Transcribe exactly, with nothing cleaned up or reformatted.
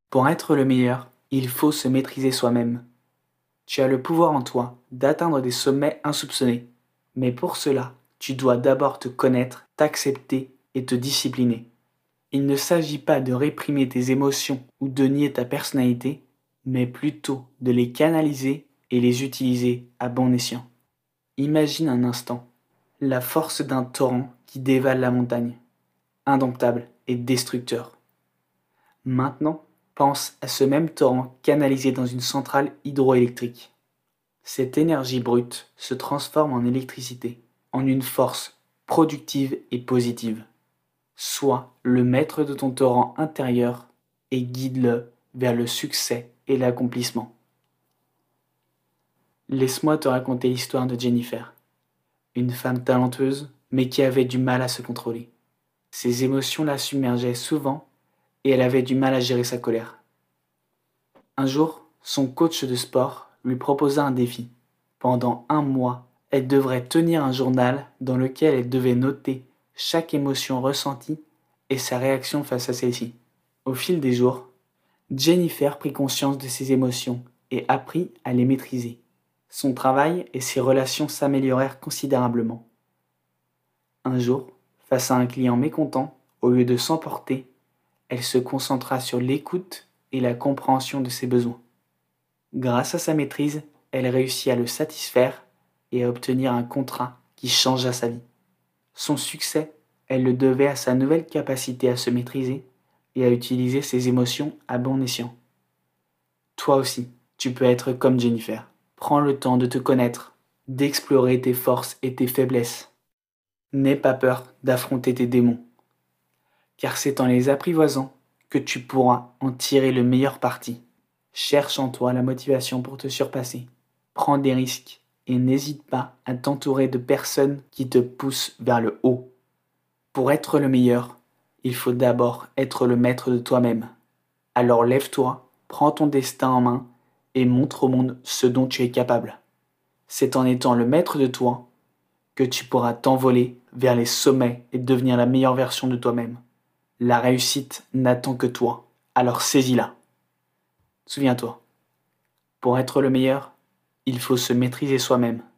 Pour être le meilleur, il faut se maîtriser soi-même. Tu as le pouvoir en toi d'atteindre des sommets insoupçonnés. Mais pour cela, tu dois d'abord te connaître, t'accepter et te discipliner. Il ne s'agit pas de réprimer tes émotions ou de nier ta personnalité, mais plutôt de les canaliser et les utiliser à bon escient. Imagine un instant la force d'un torrent qui dévale la montagne, indomptable et destructeur. Maintenant, pense à ce même torrent canalisé dans une centrale hydroélectrique. Cette énergie brute se transforme en électricité, en une force productive et positive. Sois le maître de ton torrent intérieur et guide-le vers le succès et l'accomplissement. Laisse-moi te raconter l'histoire de Jennifer, une femme talentueuse mais qui avait du mal à se contrôler. Ses émotions la submergeaient souvent et elle avait du mal à gérer sa colère. Un jour, son coach de sport lui proposa un défi. Pendant un mois, elle devrait tenir un journal dans lequel elle devait noter chaque émotion ressentie et sa réaction face à celle-ci. Au fil des jours, Jennifer prit conscience de ses émotions et apprit à les maîtriser. Son travail et ses relations s'améliorèrent considérablement. Un jour, face à un client mécontent, au lieu de s'emporter, elle se concentra sur l'écoute et la compréhension de ses besoins. Grâce à sa maîtrise, elle réussit à le satisfaire et à obtenir un contrat qui changea sa vie. Son succès, elle le devait à sa nouvelle capacité à se maîtriser et à utiliser ses émotions à bon escient. Toi aussi, tu peux être comme Jennifer. Prends le temps de te connaître, d'explorer tes forces et tes faiblesses. N'aie pas peur d'affronter tes démons, car c'est en les apprivoisant que tu pourras en tirer le meilleur parti. Cherche en toi la motivation pour te surpasser. Prends des risques et n'hésite pas à t'entourer de personnes qui te poussent vers le haut. Pour être le meilleur, il faut d'abord être le maître de toi-même. Alors lève-toi, prends ton destin en main et montre au monde ce dont tu es capable. C'est en étant le maître de toi que tu pourras t'envoler vers les sommets et devenir la meilleure version de toi-même. La réussite n'attend que toi, alors saisis-la. Souviens-toi, pour être le meilleur, il faut se maîtriser soi-même.